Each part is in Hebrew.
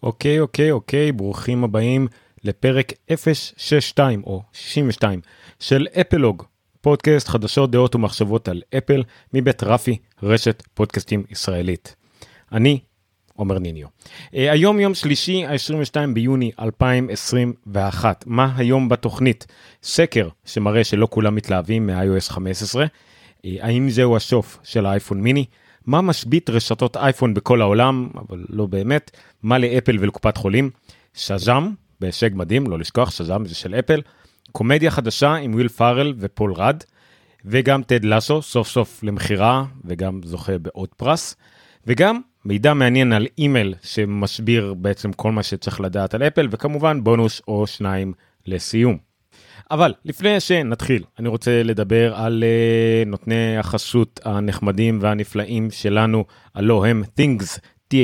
אוקיי, ברוכים הבאים לפרק 062 או 62 של אפלוג, פודקאסט חדשות, דעות ומחשבות על אפל, מבית רפי, רשת פודקאסטים ישראלית. אני עומר ניניו. היום יום שלישי, 22 ביוני 2021. מה היום בתוכנית? סקר שמראה שלא כולם מתלהבים מ-iOS 15. האם זהו השוף של האייפון מיני? מה משבית רשתות אייפון בכל העולם, אבל לא באמת, מה לאפל ולקופת חולים, שז'ם, בהישג מדהים, לא לשכוח, שז'ם זה של אפל, קומדיה חדשה עם וויל פארל ופול רד, וגם טד לסו, סוף סוף למחירה, וגם זוכה בעוד פרס, וגם מידע מעניין על אימייל, שמשביר בעצם כל מה שצריך לדעת על אפל, וכמובן בונוס או שניים לסיום. אבל לפני שנתחיל, אני רוצה לדבר על נותני החסות הנחמדים והנפלאים שלנו, הלא הם Things,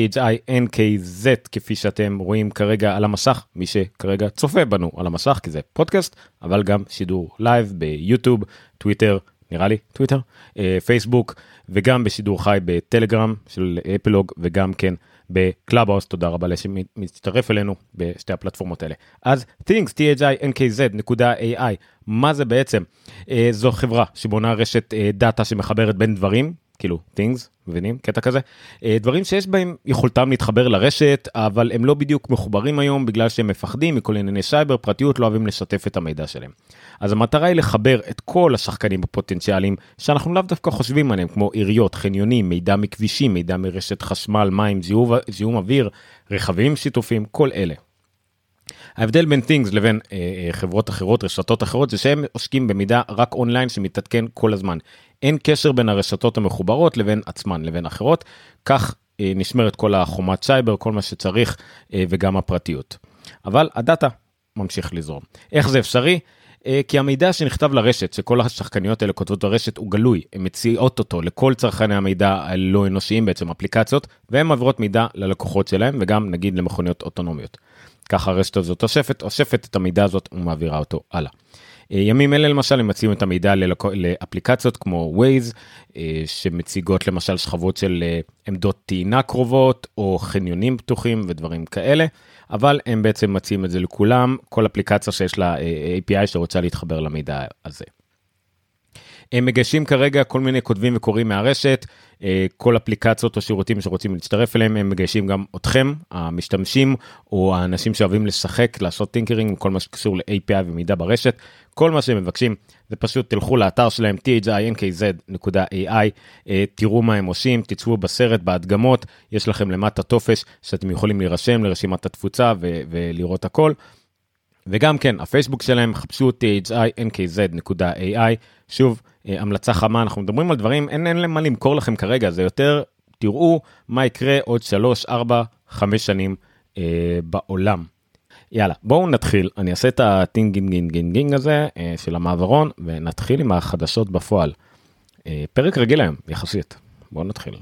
THINKZ, כפי שאתם רואים כרגע על המסך, מי שכרגע צופה בנו על המסך, כי זה פודקאסט, אבל גם שידור לייב ביוטיוב, טוויטר, נראה לי טוויטר, פייסבוק, וגם בשידור חי בטלגרם של אפלוג, וגם כן בקלאבהאוס. תודה רבה שמצטרף אלינו בשתי הפלטפורמות האלה. אז Things, THINKZ.ai, מה זה בעצם? זו חברה שבונה רשת דאטה שמחברת בין דברים, כאילו Things, מבינים? קטע כזה. דברים שיש בהם יכולתם להתחבר לרשת, אבל הם לא בדיוק מחוברים היום, בגלל שהם מפחדים מכל ענייני סייבר, פרטיות, לא אוהבים לשתף את המידע שלהם. אז המטרה היא לחבר את כל השחקנים הפוטנציאליים, שאנחנו לאו דווקא חושבים עליהם, כמו עיריות, חניונים, מידע מכבישים, מידע מרשת חשמל, מים, זיהום אוויר, רכבים שיתופים, כל אלה. ההבדל בין Things לבין חברות אחרות, רשתות אחרות, זה שהם עוסקים במידע רק אונליין שמתעדכן כל הזמן. אין קשר בין הרשתות המחוברות לבין עצמן, לבין אחרות. כך נשמרת כל החומת סייבר, כל מה שצריך, וגם הפרטיות. אבל הדאטה ממשיך לזרום. איך זה אפשרי? כי המידע שנכתב לרשת, שכל השחקניות האלה כותבות לרשת, הוא גלוי. הן מציעות אותו לכל צרכני המידע הלא אנושיים, בעצם אפליקציות, והן מעבירות מידע ללקוחות שלהם, וגם נגיד למכוניות אוטונומיות. ככה הרשת הזאת אוספת את המידע הזאת ומעבירה אותו הלאה. ימים אלה למשל הם מציעים את המידע לאפליקציות כמו Waze, שמציגות למשל שכבות של עמדות טעינה קרובות, או חניונים פתוחים ודברים כאלה, אבל הם בעצם מציעים את זה לכולם, כל אפליקציה שיש לה API שרוצה להתחבר למידע הזה. הם מגשים כרגע כל מיני כותבים וקוראים מהרשת, כל אפליקציות או שירותים שרוצים להצטרף אליהם, הם מגשים גם אתכם, המשתמשים, או האנשים שאוהבים לשחק, לעשות טינקרינג, כל מה שקשור ל-API ומידע ברשת, כל מה שהם מבקשים, זה פשוט תלכו לאתר שלהם, thinkz.ai, תראו מה הם עושים, תצפו בסרט, בהדגמות, יש לכם למטה טופס, שאתם יכולים להירשם לרשימת התפוצה, ולראות הכל, וגם כן, הפייסבוק שלהם, חפשו thinkz.ai, שוב, המלצה חמה, אנחנו מדברים על דברים, אין להם מה למכור לכם כרגע, זה יותר, תראו מה יקרה עוד 3, 4, 5 שנים בעולם. יאללה, בואו נתחיל, אני אעשה את הטינגינגינגינגינג הזה של המעברון, ונתחיל עם החדשות בפועל. פרק רגיל היום, יחסית. בואו נתחיל.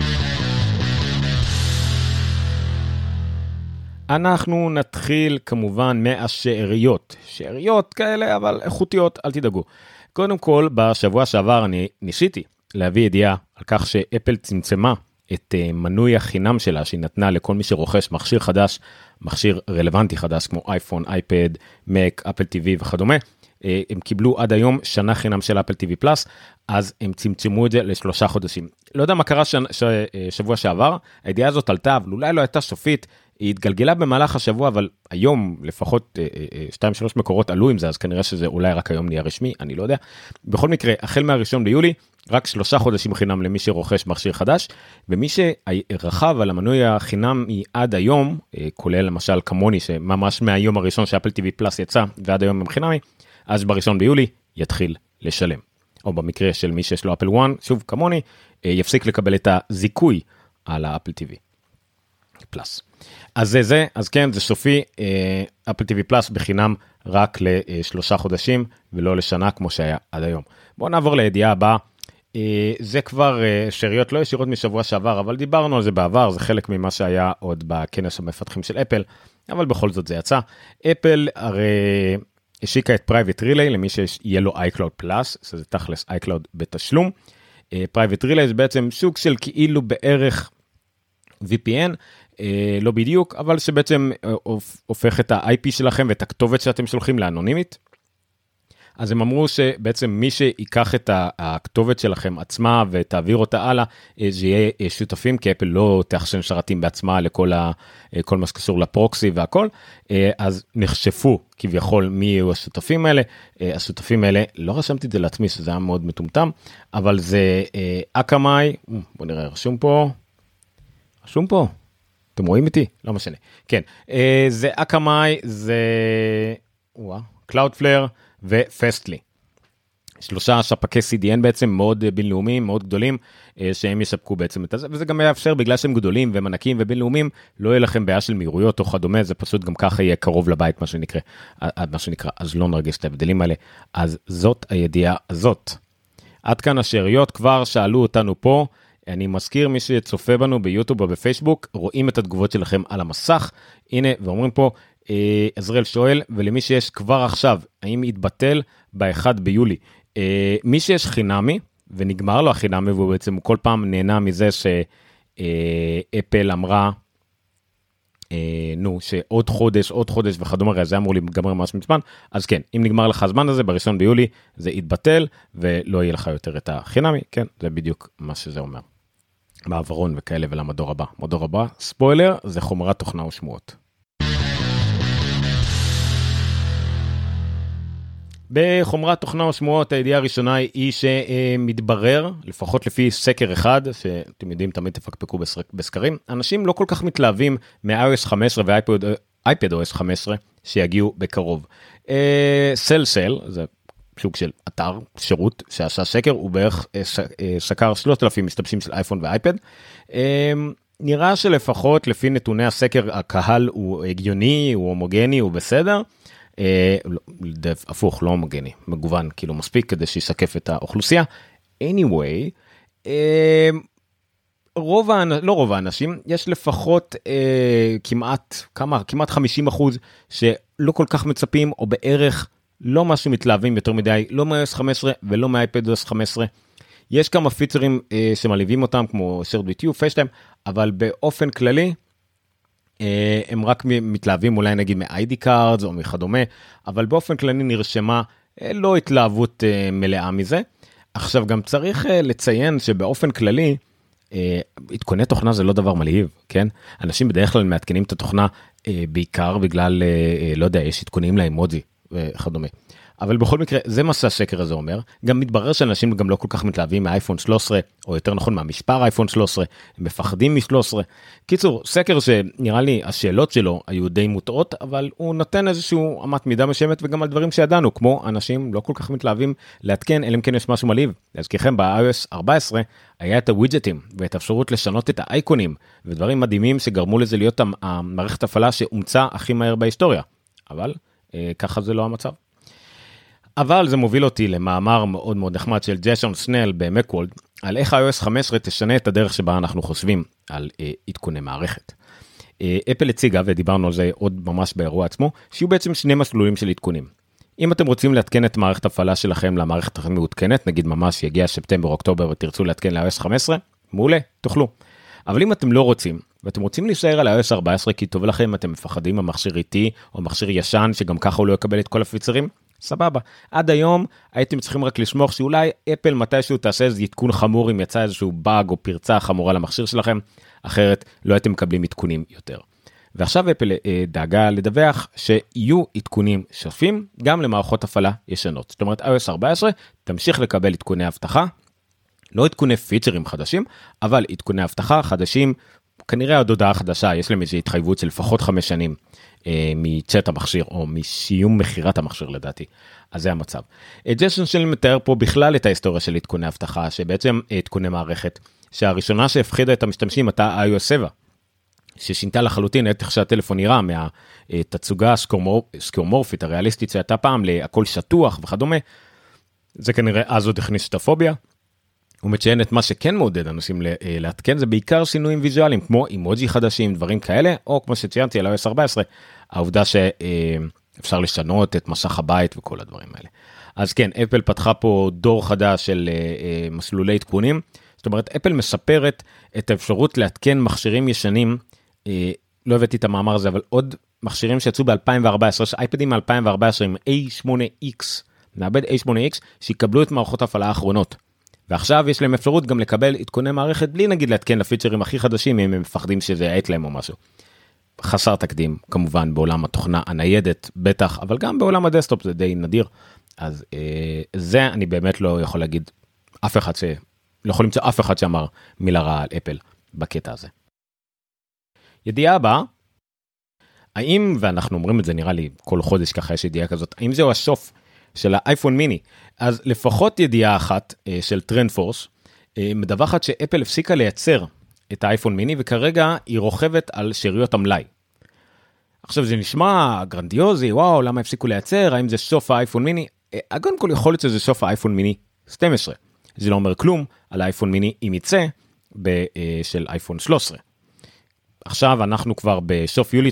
אנחנו נתחיל כמובן מהשאריות, שאריות כאלה אבל איכותיות, אל תדאגו. קודם כל, בשבוע שעבר אני ניסיתי להביא ידיעה על כך שאפל צמצמה את מנוי החינם שלה, שהיא נתנה לכל מי שרוכש מכשיר חדש, מכשיר רלוונטי חדש, כמו אייפון, אייפד, מק, אפל TV וכדומה. הם קיבלו עד היום שנה חינם של אפל TV פלאס, אז הם צמצמו את זה ל3 חודשים. לא יודע מה קרה שבוע שעבר, הידיעה הזאת עלתה, אבל אולי לא הייתה סופית, היא התגלגלה במהלך השבוע, אבל היום לפחות 2-3 מקורות עלו עם זה, אז כנראה שזה אולי רק היום נהיה רשמי, אני לא יודע. בכל מקרה, החל מה1 ביולי, רק 3 חודשים חינם למי שרוכש מכשיר חדש, ומי שרכב על המנוי החינם עד היום, כולל למשל כמוני, שממש מהיום הראשון שאפל TV פלאס יצא, ועד היום הם חינמי, אז ב1 ביולי יתחיל לשלם. או במקרה של מי שיש לו אפל 1, שוב כמוני, יפסיק לקבל את הזיכוי על האפל TV פלאס. אז כן, זה סופי, אפל TV פלאס בחינם רק ל3 חודשים, ולא לשנה כמו שהיה עד היום. בואו נעבור לידיעה הבאה, זה כבר שאריות לא ישירות משבוע שעבר, אבל דיברנו על זה בעבר, זה חלק ממה שהיה עוד בכנס המפתחים של אפל, אבל בכל זאת זה יצא. אפל הרי השיקה את Private Relay למי שיהיה לו iCloud Plus, שזה תכלס iCloud בתשלום. Private Relay זה בעצם שוק של כאילו בערך VPN, לא בדיוק, אבל שבעצם הופך את ה-IP שלכם ואת הכתובת שאתם שולחים לאנונימית. אז הם אמרו שבעצם מי שיקח את הכתובת שלכם עצמה ותעביר אותה הלאה, זה יהיה שותפים, כי אפל לא תאחסן שרתים בעצמה לכל כל מה שקשור לפרוקסי והכל, אז נחשפו כביכול מי יהיו השותפים האלה. השותפים האלה, לא רשמתי את זה לעצמי, שזה היה מאוד מטומטם, אבל זה אקאמאי, בוא נראה, רשום פה, אתם רואים איתי? לא משנה, כן, זה אקאמאי, זה Cloudflare, ופסטלי. 3 ספקי CDN בעצם מאוד בינלאומיים, מאוד גדולים, שהם יספקו בעצם את זה, וזה גם יאפשר, בגלל שהם גדולים ומנקים ובינלאומיים, לא יהיה לכם בעיה של מהירויות או כדומה, זה פשוט גם ככה יהיה קרוב לבית, מה שנקרא, אז לא נרגיש את ההבדלים האלה. אז זאת הידיעה הזאת. עד כאן השאריות, כבר שאלו אותנו פה, אני מזכיר מי שצופה בנו ביוטיוב או בפייסבוק, רואים את התגובות שלכם על המסך, הנה, ואומרים פה, עזריאל שואל, ולמי שיש כבר עכשיו, האם יתבטל ב-1 ביולי? מי שיש חינמי, ונגמר לו החינמי, והוא בעצם כל פעם נהנה מזה שאפל אמרה, שעוד חודש וכדומה, זה אמור להיגמר ממש מזמן, אז כן, אם נגמר לך הזמן הזה, ב1 ביולי, זה יתבטל, ולא יהיה לך יותר את החינמי, כן, זה בדיוק מה שזה אומר. מעברון וכאלה ולמדור הבא. מדור הבא, ספוילר, זה חומרת תוכנה ושמועות. בחומרת תוכנה או שמועות, הידיעה הראשונה היא שמתברר, לפחות לפי סקר אחד, שאתם יודעים, תמיד תפקפקו בסקרים, אנשים לא כל כך מתלהבים מ-iOS 15 ו-iPadOS 15 שיגיעו בקרוב. סל, זה סוג של אתר, שירות שעשה סקר, הוא בערך סקר 3,000 משתמשים של אייפון ואייפד. נראה שלפחות לפי נתוני הסקר, הקהל הוא הגיוני, הוא הומוגני, הוא בסדר. הפוך, לא הומוגני, מגוון, כאילו מספיק כדי שישקף את האוכלוסייה. anyway, לא רוב האנשים, יש לפחות כמעט 50% שלא כל כך מצפים, או בערך לא משהו מתלהבים יותר מדי, לא מ-iOS 15 ולא מ-iPadOS 15. יש כמה פיצרים שמלהיבים אותם, כמו Shared with You, FaceTime, אבל באופן כללי, הם רק מתלהבים אולי נגיד מ-ID cards או מחדומה, אבל באופן כללי נרשמה לא התלהבות מלאה מזה. עכשיו גם צריך לציין שבאופן כללי, עדכוני תוכנה זה לא דבר מלהיב, כן? אנשים בדרך כלל מעדכנים את התוכנה בעיקר בגלל, לא יודע, יש עדכונים לאימוג'י וכדומה. אבל בכל מקרה, זה מה שהסקר הזה אומר. גם מתברר שאנשים גם לא כל כך מתלהבים מהאייפון 13, או יותר נכון מהמשפר אייפון 13, הם מפחדים מ-13. קיצור, סקר שנראה לי השאלות שלו היו די מוטעות, אבל הוא נותן איזשהו אמת מידה משמת, וגם על דברים שידענו, כמו אנשים לא כל כך מתלהבים להתקן, אלא אם כן יש משהו מלהיב. להזכירכם, ב-iOS 14 היה את הווידג'טים, ואת האפשרות לשנות את האייקונים, ודברים מדהימים שגרמו לזה להיות המערכת הפעלה שהומצא הכי מהר בהיסטוריה. אבל ככה זה לא המצב. אבל זה מוביל אותי למאמר מאוד מאוד נחמד של ג'ייסון סנל במקוולד, על איך iOS 15 תשנה את הדרך שבה אנחנו חושבים על עדכוני מערכת. אפל הציגה, ודיברנו על זה עוד ממש באירוע עצמו, שיהיו בעצם 2 מסלולים של עדכונים. אם אתם רוצים להתקן את מערכת הפעלה שלכם למערכת הכי מעודכנת, נגיד ממש יגיע ספטמבר, אוקטובר, ותרצו להתקן ל-iOS 15, מעולה, תוכלו. אבל אם אתם לא רוצים, ואתם רוצים להישאר על iOS 14 כי טוב לכם, אתם מפחדים מהמכשיר איטי, או מכשיר ישן, שגם ככה הוא לא יקבל את כל הפיצרים, סבבה. עד היום הייתם צריכים רק לשמוח שאולי אפל מתישהו תעשה איזה עדכון חמור אם יצא איזשהו באג או פרצה חמורה למכשיר שלכם, אחרת לא הייתם מקבלים עדכונים יותר. ועכשיו אפל דאגה לדווח שיהיו עדכונים שוטפים גם למערכות הפעלה ישנות. זאת אומרת, iOS 14 תמשיך לקבל עדכוני הבטחה, לא עדכוני פיצ'רים חדשים, אבל עדכוני הבטחה חדשים, כנראה עוד הודעה חדשה, יש להם איזו התחייבות של לפחות 5 שנים מצ'אט המכשיר, או מסיום מחירת המכשיר לדעתי. אז זה המצב. ג'ייסון סנל מתאר פה בכלל את ההיסטוריה של עדכוני הבטחה, שבעצם עדכוני מערכת, שהראשונה שהפחידה את המשתמשים הייתה iOS 7, ששינתה לחלוטין את איך שהטלפון נראה, מהתצוגה הסקיומורפית הריאליסטית שהייתה פעם, להכל שטוח וכדומה. זה כנראה אז עוד הכניס את הפוביה. הוא מציין את מה שכן מעודד אנשים להתקן, זה בעיקר שינויים ויזואליים, כמו אימוג'י חדשים, דברים כאלה, או כמו שציינתי על iOS 14, העובדה שאפשר לשנות את מסך הבית וכל הדברים האלה. אז כן, אפל פתחה פה דור חדש של מסלולי עדכונים, זאת אומרת, אפל משפרת את האפשרות להתקן מכשירים ישנים, לא הבאתי את המאמר הזה, אבל עוד מכשירים שיצאו ב-2014, אייפדים מ-2014 עם A8X, מעבד A8X, שיקבלו את מערכות ההפעלה האחרונות. ועכשיו יש להם אפשרות גם לקבל עדכוני מערכת, בלי נגיד להתקן לפיצ'רים הכי חדשים, אם הם מפחדים שזה יעט להם או משהו. חסר תקדים, כמובן, בעולם התוכנה הניידת, בטח, אבל גם בעולם הדסטופ זה די נדיר. אז זה אני באמת לא יכול להגיד, לא יכול למצוא אף אחד שאמר מילה רעה על אפל בקטע הזה. ידיעה הבאה, האם, ואנחנו אומרים את זה נראה לי כל חודש ככה יש ידיעה כזאת, האם זהו הסוף של האייפון מיני? אז לפחות ידיעה אחת של טרנדפורס, מדווחת שאפל הפסיקה לייצר את האייפון מיני, וכרגע היא רוכבת על שאריות המלאי. עכשיו זה נשמע גרנדיוזי, וואו, למה הפסיקו לייצר? האם זה סוף האייפון מיני? קודם כל יכול להיות שזה סוף האייפון מיני 12. זה לא אומר כלום על האייפון מיני אם יצא של אייפון 13. עכשיו אנחנו כבר בסוף יוני,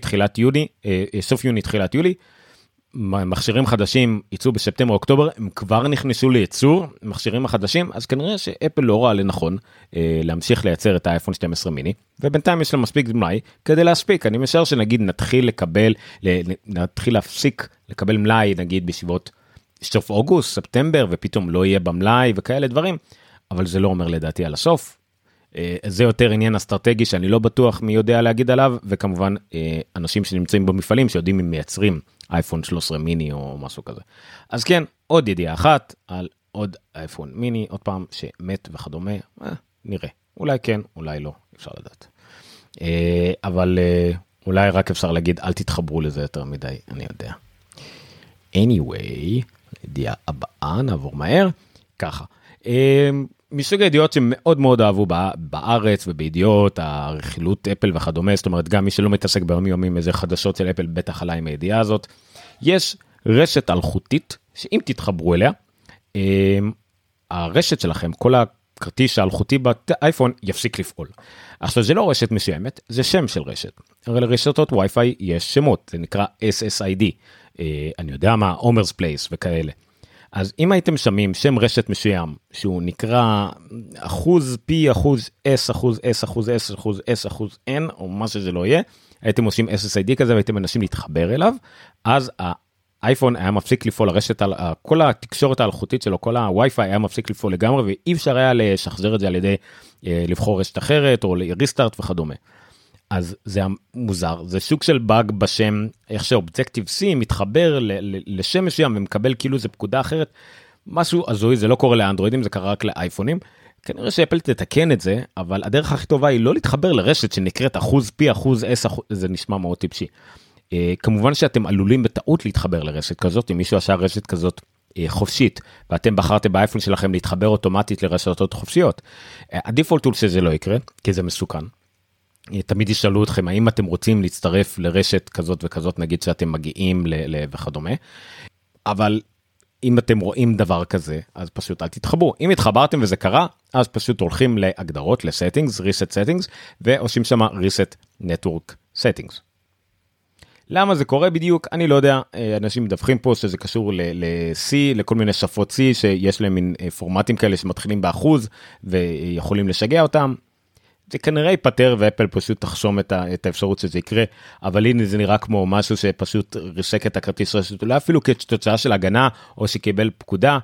תחילת יולי, מכשירים חדשים יצאו בספטמבר אוקטובר, הם כבר נכנסו לייצור, מכשירים החדשים, אז כנראה שאפל לא רואה לנכון להמשיך לייצר את האייפון 12 מיני, ובינתיים יש לה מספיק מלאי כדי להספיק. אני משער שנגיד נתחיל להפסיק לקבל מלאי, נגיד בסביבות סוף אוגוסט, ספטמבר, ופתאום לא יהיה במלאי וכאלה דברים, אבל זה לא אומר לדעתי על הסוף. זה יותר עניין אסטרטגי שאני לא בטוח מי יודע להגיד עליו, וכמובן אנשים שנמצאים במפעלים שיודעים אם מייצרים אייפון 13 מיני או משהו כזה. אז כן, עוד ידיעה אחת על עוד אייפון מיני, עוד פעם שמת וכדומה, נראה. אולי כן, אולי לא, אפשר לדעת. אבל אולי רק אפשר להגיד, אל תתחברו לזה יותר מדי, אני יודע. anyway, ידיעה הבאה, נעבור מהר, ככה. מסוג הידיעות שמאוד מאוד אהבו בארץ ובידיעות, הרכילות אפל וכדומה, זאת אומרת, גם מי שלא מתעסק ביום יומים איזה חדשות של אפל, בטח עליי עם הידיעה הזאת, יש רשת אלחוטית, שאם תתחברו אליה, הרשת שלכם, כל הכרטיס האלחוטי באייפון יפסיק לפעול. עכשיו זה לא רשת מסוימת, זה שם של רשת. הרי לרשתות וי-פיי יש שמות, זה נקרא SSID, אני יודע מה, Omer's Place וכאלה. אז אם הייתם שמים שם רשת מסוים, שהוא נקרא אחוז P, אחוז S, אחוז S, אחוז S, אחוז S, אחוז N, או מה שזה לא יהיה, הייתם עושים SSID כזה, והייתם אנשים להתחבר אליו, אז האייפון היה מפסיק לפעול, כל התקשורת האלחוטית שלו, כל הווי-פיי היה מפסיק לפעול לגמרי, ואי אפשר היה לשחזר את זה על ידי לבחור רשת אחרת, או ריסטארט וכדומה. אז זה מוזר, זה סוג של באג בשם, איך שאובג'קטיב C מתחבר לשם מסוים ומקבל כאילו זה פקודה אחרת, משהו הזוי, זה לא קורה לאנדרואידים, זה קרה רק לאייפונים, כנראה שאפל תתקן את זה, אבל הדרך הכי טובה היא לא להתחבר לרשת שנקראת אחוז P, אחוז S, זה נשמע מאוד טיפשי. כמובן שאתם עלולים בטעות להתחבר לרשת כזאת, אם מישהו עשה רשת כזאת חופשית, ואתם בחרתם באייפון שלכם להתחבר אוטומטית לרשתות חופשיות, הדיפולט הוא שזה לא יקרה, כי זה מסוכן. תמיד ישאלו אתכם, האם אתם רוצים להצטרף לרשת כזאת וכזאת, נגיד שאתם מגיעים וכדומה, אבל אם אתם רואים דבר כזה, אז פשוט אל תתחברו. אם התחברתם וזה קרה, אז פשוט הולכים להגדרות, ל-settings, reset settings, ועושים שם reset network settings. למה זה קורה בדיוק? אני לא יודע, אנשים מדווחים פה שזה קשור ל-C, לכל מיני שפות C, שיש להם מין פורמטים כאלה שמתחילים באחוז, ויכולים לשגע אותם. זה כנראה ייפטר, ואפל פשוט תחשום את האפשרות שזה יקרה, אבל הנה זה נראה כמו משהו שפשוט ריסק את הכרטיס רשת, אולי אפילו כתוצאה של הגנה, או שקיבל פקודה.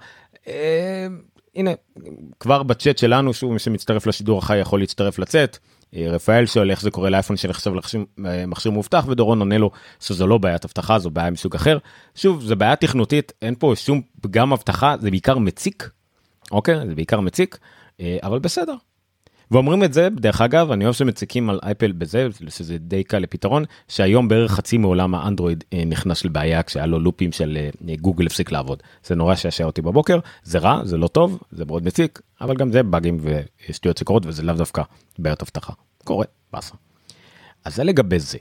הנה, כבר בצ'אט שלנו, שוב, מי שמצטרף לשידור החי יכול להצטרף לצאת, רפאל שואל איך זה קורה לאייפון שנחשב למכשיר מאובטח, ודורון עונה לו שזו לא בעיית הבטחה, זו בעיה מסוג אחר. שוב, זו בעיה תכנותית, אין פה שום פגם הבטחה, זה בעיקר מציק, אוקיי? זה בעיקר מציק, אבל בסדר. ואומרים את זה, דרך אגב, אני אוהב שמציקים על אייפל בזה, שזה די קל לפתרון, שהיום בערך חצי מעולם האנדרואיד נכנס לבעיה, כשהיה לו לופים של גוגל הפסיק לעבוד. זה נורא שעשע אותי בבוקר, זה רע, זה לא טוב, זה מאוד מציק, אבל גם זה באגים ושטויות שקורות, וזה לאו דווקא בעיות הבטחה. קורה, בסה. אז זה לגבי זה.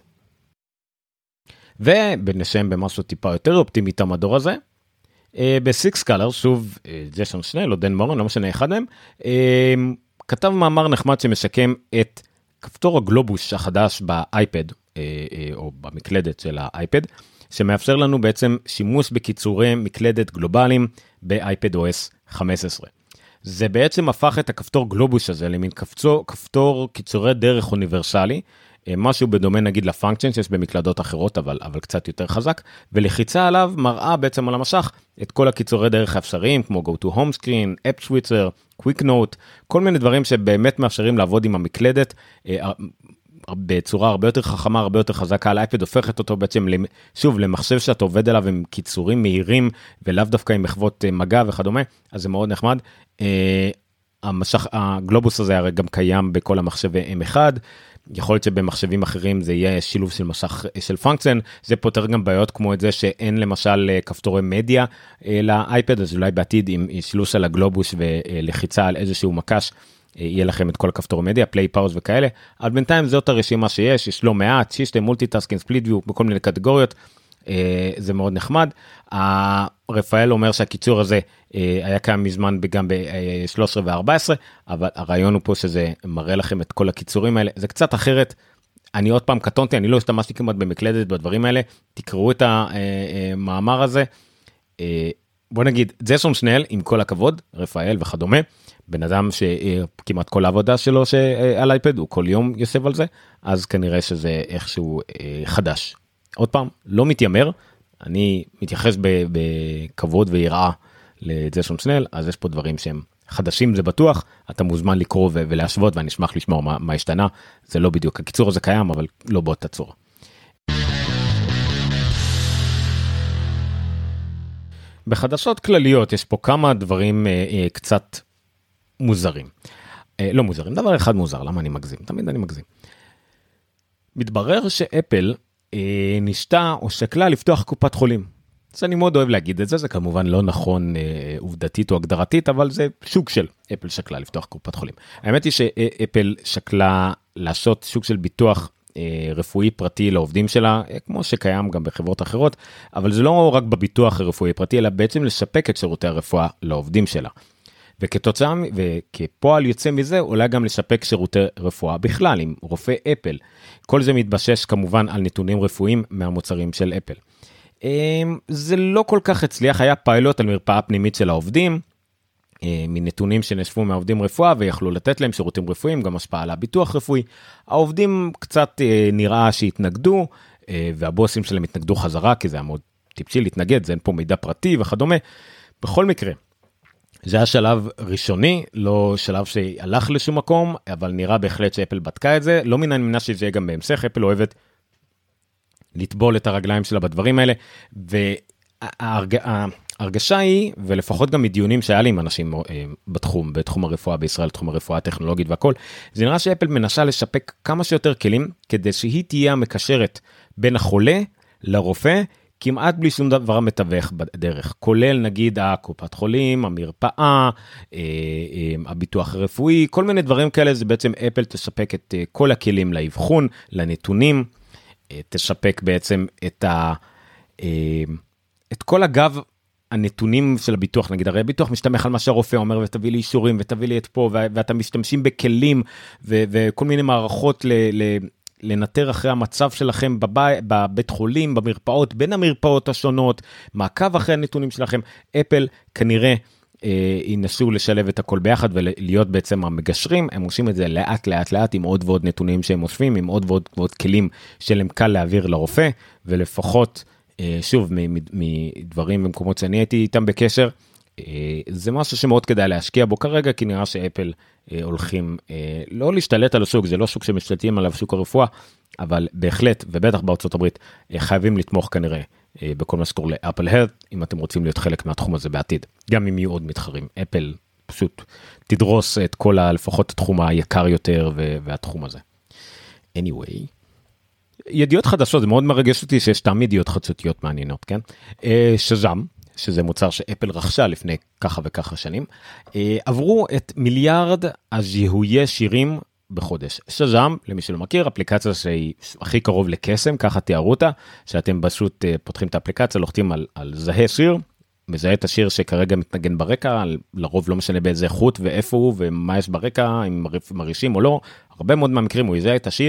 ובנשם במשהו טיפה יותר אופטימית המדור הזה, ב-Six Colors, שוב, ג'ייסון שנל, או דן מורן, לא משנה אחד מהם, כתב מאמר נחמד שמשקם את כפתור הגלובוס החדש באייפד, או במקלדת של האייפד, שמאפשר לנו בעצם שימוש בקיצורי מקלדת גלובליים באייפד OS 15. זה בעצם הפך את הכפתור גלובוס הזה למין כפתור קיצורי דרך אוניברסלי, משהו בדומה נגיד לפונקשן שיש במקלדות אחרות, אבל קצת יותר חזק, ולחיצה עליו מראה בעצם על המשך את כל הקיצורי דרך האפשריים, כמו Go to Home Screen, App Switcher, Quick Note, כל מיני דברים שבאמת מאפשרים לעבוד עם המקלדת, בצורה הרבה יותר חכמה, הרבה יותר חזקה על האייפד, הופכת אותו בעצם, שוב, למחשב שאתה עובד עליו עם קיצורים מהירים, ולאו דווקא עם מחוות מגע וכדומה, אז זה מאוד נחמד. הגלובוס הזה הרי גם קיים בכל המחשבי M1, יכול להיות שבמחשבים אחרים זה יהיה שילוב של משך של פונקשן, זה פותר גם בעיות כמו את זה שאין למשל כפתורי מדיה לאייפד, אז אולי בעתיד עם שילוב של הגלובוס ולחיצה על איזשהו מקש, יהיה לכם את כל הכפתורי מדיה, פליי פאוז וכאלה, אבל בינתיים זאת הרשימה שיש, יש לא מעט, שיסטם, מולטיטאסקינג, ספליט ויו, בכל מיני קטגוריות, זה מאוד נחמד. רפאל אומר שהקיצור הזה היה קיים מזמן גם ב-13 ו-14, אבל הרעיון הוא פה שזה מראה לכם את כל הקיצורים האלה, זה קצת אחרת, אני עוד פעם קטונתי, אני לא השתמשתי כמעט במקלדת בדברים האלה, תקראו את המאמר הזה, בוא נגיד, ג'ייסון שנל, עם כל הכבוד, רפאל וכדומה, בן אדם שכמעט כל העבודה שלו על אייפד, הוא כל יום יושב על זה, אז כנראה שזה איכשהו חדש. עוד פעם, לא מתיימר, אני מתייחס בכבוד ויראה לג'ייסון שנל, אז יש פה דברים שהם חדשים, זה בטוח, אתה מוזמן לקרוא ולהשוות, ואני אשמח לשמוע מה השתנה, זה לא בדיוק, הקיצור הזה קיים, אבל לא באותה צורה. בחדשות כלליות, יש פה כמה דברים קצת מוזרים. לא מוזרים, דבר אחד מוזר, למה אני מגזים? תמיד אני מגזים. מתברר שאפל נשתה או שקלה לפתוח קופת חולים. אז אני מאוד אוהב להגיד את זה, זה כמובן לא נכון עובדתית או הגדרתית, אבל זה שוק של אפל שקלה לפתוח קופת חולים. האמת היא שאפל שקלה לעשות שוק של ביטוח רפואי פרטי לעובדים שלה, כמו שקיים גם בחברות אחרות, אבל זה לא רק בביטוח הרפואי פרטי, אלא בעצם לשפק את שירותי הרפואה לעובדים שלה. וכתוצאה, וכפועל יוצא מזה, אולי גם לשפק שירותי רפואה בכלל, עם רופא אפל. כל זה מתבסס כמובן על נתונים רפואיים מהמוצרים של אפל. זה לא כל כך הצליח, היה פיילוט על מרפאה פנימית של העובדים, מנתונים שנשפו מהעובדים רפואה, ויכלו לתת להם שירותים רפואיים, גם השפעה על הביטוח רפואי. העובדים קצת נראה שהתנגדו, והבוסים שלהם התנגדו חזרה, כי זה היה מאוד טיפשי להתנגד, זה אין פה מידע פרטי וכדומה. בכל מקרה, זה היה שלב ראשוני, לא שלב שהלך לשום מקום, אבל נראה בהחלט שאפל בדקה את זה, לא מן הנמנע שזה יהיה גם בהמשך, אפל אוהבת לטבול את הרגליים שלה בדברים האלה, וההרגשה היא, ולפחות גם מדיונים שהיה לי עם אנשים בתחום הרפואה בישראל, תחום הרפואה הטכנולוגית והכל, זה נראה שאפל מנסה לשפק כמה שיותר כלים, כדי שהיא תהיה המקשרת בין החולה לרופא, כמעט בלי שום דבר מתווך בדרך, כולל נגיד הקופת חולים, המרפאה, הביטוח הרפואי, כל מיני דברים כאלה, זה בעצם אפל תספק את כל הכלים לאבחון, לנתונים, תספק בעצם את כל הגב הנתונים של הביטוח, נגיד, הרי הביטוח משתמך על מה שהרופא אומר, ותביא לי אישורים, ותביא לי את פה, ואתה משתמשים בכלים, וכל מיני מערכות לנטר אחרי המצב שלכם בבית חולים, במרפאות, בין המרפאות השונות, מעקב אחרי הנתונים שלכם. אפל כנראה ינסו לשלב את הכל ביחד ולהיות בעצם המגשרים, הם עושים את זה לאט לאט לאט עם עוד ועוד נתונים שהם אוספים, עם עוד ועוד כלים שלהם קל להעביר לרופא, ולפחות שוב מדברים במקומות שאני הייתי איתם בקשר, זה משהו שמאוד כדאי להשקיע בו כרגע, כי נראה שאפל הולכים לא להשתלט על השוק, זה לא שוק שמשתלטים עליו שוק הרפואה, אבל בהחלט, ובטח בארצות הברית, חייבים לתמוך כנראה בכל מה שקורה לאפל הלת' אם אתם רוצים להיות חלק מהתחום הזה בעתיד, גם אם יהיו עוד מתחרים. אפל פשוט תדרוס את כל לפחות התחום היקר יותר והתחום הזה. anyway, ידיעות חדשות, זה מאוד מרגש אותי שיש תמיד ידיעות חדשותיות מעניינות, כן? שזם, שזה מוצר שאפל רכשה לפני ככה וככה שנים, עברו את מיליארד הזיהויי שירים בחודש. שזם, למי שלא מכיר, אפליקציה שהיא הכי קרוב לקסם, ככה תיארו אותה, שאתם פשוט פותחים את האפליקציה, לוחצים על זהה שיר, מזהה את השיר שכרגע מתנגן ברקע, לרוב לא משנה באיזה איכות ואיפה הוא ומה יש ברקע, אם מרעישים או לא, הרבה מאוד מהמקרים הוא יזהה את השיר,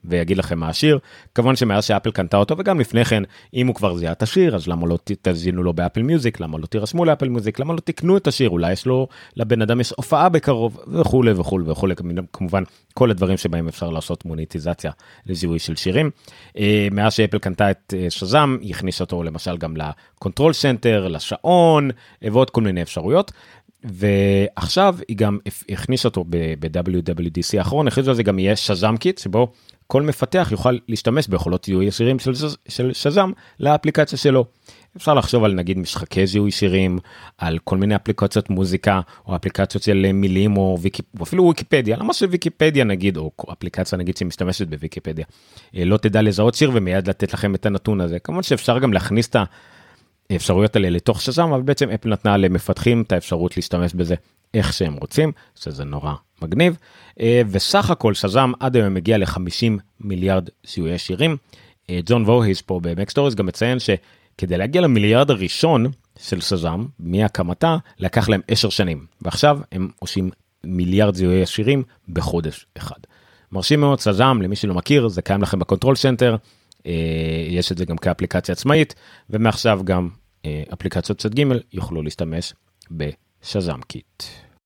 ויגיד לכם מה השיר. כמובן שמאז שאפל קנתה אותו, וגם לפני כן, אם הוא כבר זיהה את השיר, אז למה לא תזינו לו באפל מיוזיק, למה לא תירשמו לאפל מיוזיק, למה לא תקנו את השיר, אולי יש לו, לבן אדם יש הופעה בקרוב, וכו' וכו' וכו', כמובן, כל הדברים שבהם אפשר לעשות מוניטיזציה לזיהוי של שירים. מאז שאפל קנתה את שזאם, היא הכניסה אותו למשל גם לקונטרול סנטר, לשעון, ועוד כל מיני אפשרויות. ועכשיו היא גם הכניסה אותו ב-WWDC האחרון, אחרי זה גם יהיה שזאם קיט, שבו כל מפתח יוכל להשתמש ביכולות זיהוי שירים של שזאם לאפליקציה שלו. אפשר לחשוב על נגיד משחקי זיהוי שירים, על כל מיני אפליקציות מוזיקה, או אפליקציות של מילים, או אפילו ויקיפדיה, למה שוויקיפדיה נגיד, או אפליקציה נגיד שמשתמשת בוויקיפדיה, לא תדע לזהות שיר ומיד לתת לכם את הנתון הזה. כמובן שאפשר גם להכניס את האפשרויות האלה לתוך שזאם, אבל בעצם אפל נתנה למפתחים את האפשרות להשתמש בזה איך שהם רוצים, שזה נורא מגניב, וסך הכל שזאם עד היום מגיע ל-50 מיליארד זיהויי שירים. ג'ון ווהיס פה במקסטוריז גם מציין שכדי להגיע למיליארד הראשון של שזאם, מהקמתה, לקח להם 10 שנים, ועכשיו הם עושים מיליארד זיהויי שירים בחודש אחד. מרשים מאוד. שזאם, למי שלא מכיר, זה קיים לכם בקונטרול סנטר, יש את זה גם כאפליקציה עצמאית, ומעכשיו גם אפליקציות צד ג' יוכלו להשתמש בשזאם קיט.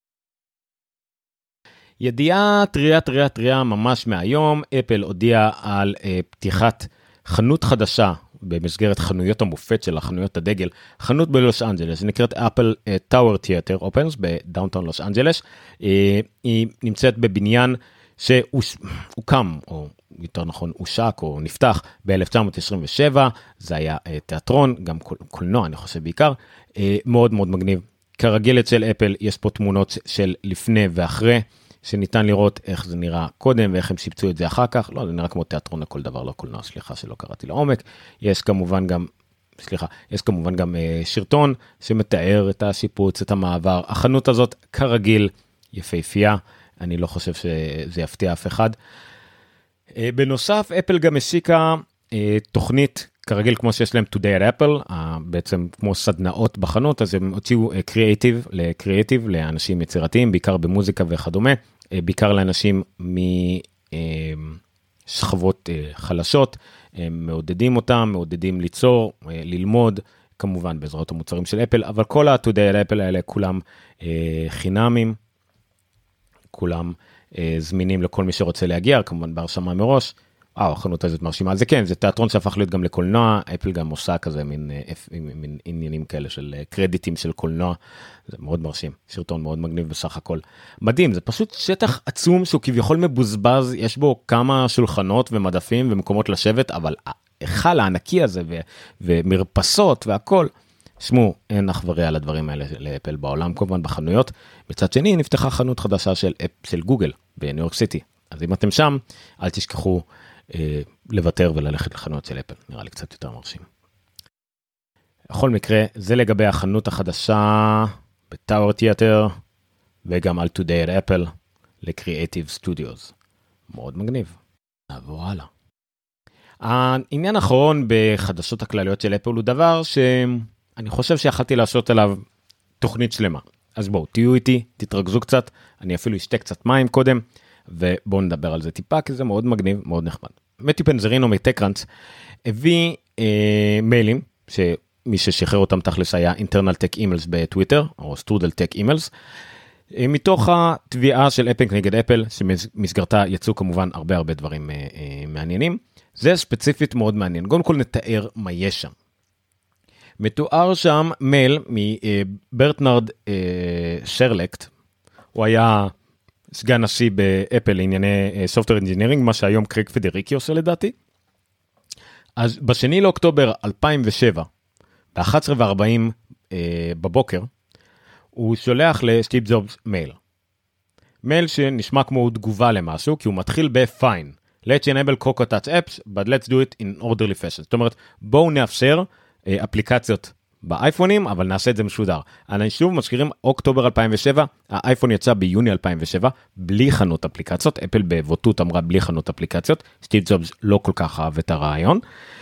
ידיעה טריה ממש מהיום, אפל הודיעה על פתיחת חנות חדשה במסגרת חנויות המופת של חנויות הדגל, חנות בלוס אנג'לס, נקראת אפל טאוור תיאטר אופנס בדאונטאון לוס אנג'לס. היא נמצאת בבניין שהוקם, או יותר נכון הושק או נפתח ב-1927, זה היה תיאטרון, גם קולנוע אני חושב בעיקר, מאוד מאוד מגניב. כרגיל אצל אפל יש פה תמונות של לפני ואחרי, שניתן לראות איך זה נראה קודם ואיך הם שיפצו את זה אחר כך. לא, זה נראה כמו תיאטרון לכל דבר, לא קולנוע, סליחה שלא קראתי לעומק. יש כמובן גם שרטון שמתאר את השיפוץ, את המעבר. החנות הזאת כרגיל יפהפייה, אני לא חושב שזה יפתיע אף אחד. בנוסף, אפל גם השיקה תוכנית, כרגיל כמו שיש להם Today at Apple, בעצם כמו סדנאות בחנות, אז הם הוציאו לקריאטיב, לאנשים יצירתיים, בעיקר במוזיקה וכדומה, בעיקר לאנשים משכבות חלשות, מעודדים אותם, מעודדים ליצור, ללמוד, כמובן בעזרת המוצרים של אפל, אבל כל ה-Today at Apple האלה כולם חינמים, כולם זמינים לכל מי שרוצה להגיע, כמובן בהרשמה מראש. החנות הזאת מרשימה. זה כן, זה תיאטרון שהפך להיות גם לקולנוע, אפל גם עושה כזה מין עניינים כאלה של קרדיטים של קולנוע, זה מאוד מרשים, שרטון מאוד מגניב בסך הכל. מדהים, זה פשוט שטח עצום שהוא כביכול מבוזבז, יש בו כמה שולחנות ומדפים ומקומות לשבת, אבל החל הענקי הזה ומרפסות והכל, שמו, אין אח ורע לדברים האלה לאפל בעולם, כמובן בחנויות. מצד שני, נפתחה חנות חדשה של גוגל בניו יורק סיטי. אז אם אתם שם, אל תשכחו לוותר וללכת לחנות של אפל. נראה לי קצת יותר מרשים. בכל מקרה, זה לגבי החנות החדשה בטאוור תיאטר, וגם על Today at Apple ל-Creative Studios. מאוד מגניב. נעבור הלאה. העניין האחרון בחדשות הכלליות של אפל הוא דבר שאני חושב שיכלתי לעשות עליו תוכנית שלמה. אז בואו, תהיו איתי, תתרכזו קצת, אני אפילו אשתה קצת מים קודם, ובואו נדבר על זה טיפה, כי זה מאוד מגניב, מאוד נחמד. מתי פנזרינו מטקרנץ הביא מיילים, שמי ששחרר אותם תכלס היה internal tech emails בטוויטר, או strudel tech emails, מתוך התביעה של אפל נגד אפל, שמסגרתה יצאו כמובן הרבה דברים מעניינים. זה ספציפית מאוד מעניין. קודם כל נתאר מה יש שם. מתואר שם מייל מברטנרד שרלקט, הוא היה סגן נשיא באפל לענייני Software Engineering, מה שהיום קריג פדריקי עושה לדעתי. אז בשני לאוקטובר 2007, ב-11:40 בבוקר, הוא שולח לסטיב ג'ובס מייל שנשמע כמו תגובה למשהו, כי הוא מתחיל ב-Fine. Let's enable Cocoa Touch apps, but let's do it in orderly fashion. זאת אומרת, בואו נאפשר אפליקציות באייפונים, אבל נעשה את זה משודר. אני שוב מזכירים, אוקטובר 2007, האייפון יצא ביוני 2007, בלי חנות אפליקציות, אפל בבוטות אמרה בלי חנות אפליקציות, סטיב ג'ובס לא כל כך אהב את הרעיון.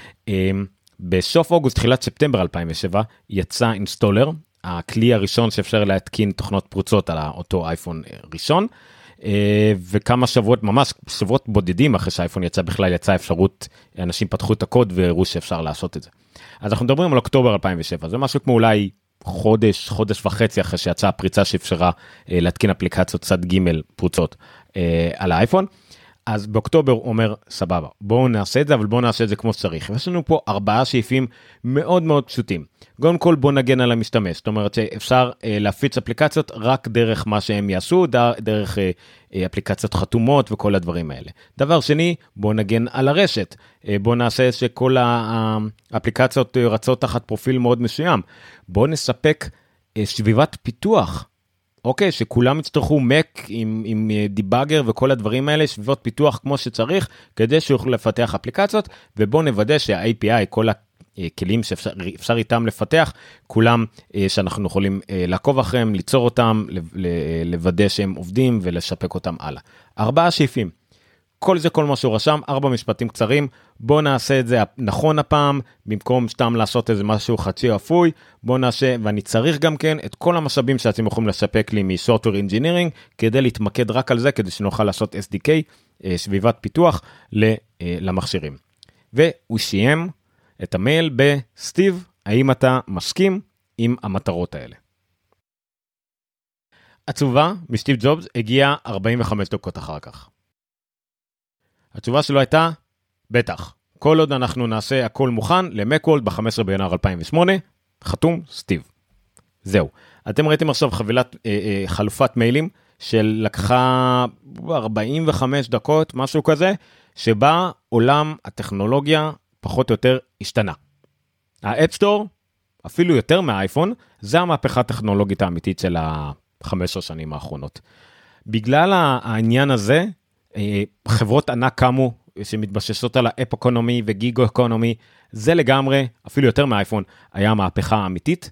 בסוף אוגוסט, תחילת ספטמבר 2007, יצא אינסטולר, הכלי הראשון שאפשר להתקין תוכנות פרוצות על אותו אייפון ראשון, וכמה שבועות, ממש שבועות בודדים אחרי שהאייפון יצא, בכלל יצאה אפשרות, אנשים פתחו את הקוד והראו שאפשר לעשות את זה. אז אנחנו מדברים על אוקטובר 2007, זה משהו כמו אולי חודש וחצי אחרי שיצאה הפריצה שאפשרה להתקין אפליקציות צד ג' פרוצות על האייפון. אז באוקטובר הוא אומר, סבבה, בואו נעשה את זה, אבל בואו נעשה את זה כמו שצריך. יש לנו פה 4 שאיפים מאוד מאוד פשוטים. קודם כל, בואו נגן על המשתמש. זאת אומרת שאפשר להפיץ אפליקציות רק דרך מה שהם יעשו, דרך אפליקציות חתומות וכל הדברים האלה. דבר שני, בואו נגן על הרשת. בואו נעשה שכל האפליקציות רצות תחת פרופיל מאוד מסוים. בואו נספק סביבת פיתוח. אוקיי, שכולם יצטרכו Mac עם דיבאגר וכל הדברים האלה, סביבות פיתוח כמו שצריך, כדי שיוכלו לפתח אפליקציות, ובואו נוודא שה-API, כל הכלים שאפשר איתם לפתח, כולם שאנחנו יכולים לעקוב אחריהם, ליצור אותם, לוודא שהם עובדים ולשפק אותם הלאה. 4 שאיפים. כל זה כל מה שהוא רשם, 4 משפטים קצרים, בוא נעשה את זה נכון הפעם, במקום סתם לעשות איזה משהו חצי אפוי, בוא נעשה, ואני צריך גם כן את כל המשאבים שאתם יכולים לספק לי מ-Software Engineering, כדי להתמקד רק על זה, כדי שנוכל לעשות SDK, סביבת פיתוח למכשירים. והוא סיים את המייל בסטיב, האם אתה מסכים עם המטרות האלה? התשובה מסטיב ג'ובס הגיעה 45 דקות אחר כך. התשובה שלו הייתה, בטח, כל עוד אנחנו נעשה הכל מוכן למקוולד ב-15 בינואר 2008, חתום סטיב. זהו. אתם ראיתם עכשיו חלופת מיילים שלקחה 45 דקות, משהו כזה, שבה עולם הטכנולוגיה פחות או יותר השתנה. האפסטור, אפילו יותר מהאייפון, זה המהפכה הטכנולוגית האמיתית של ה-15 שנים האחרונות. בגלל העניין הזה, חברות ענק קמו שמתבססות על האפ אקונומי וגיגו אקונומי, זה לגמרי, אפילו יותר מהאייפון, היה מהפכה האמיתית,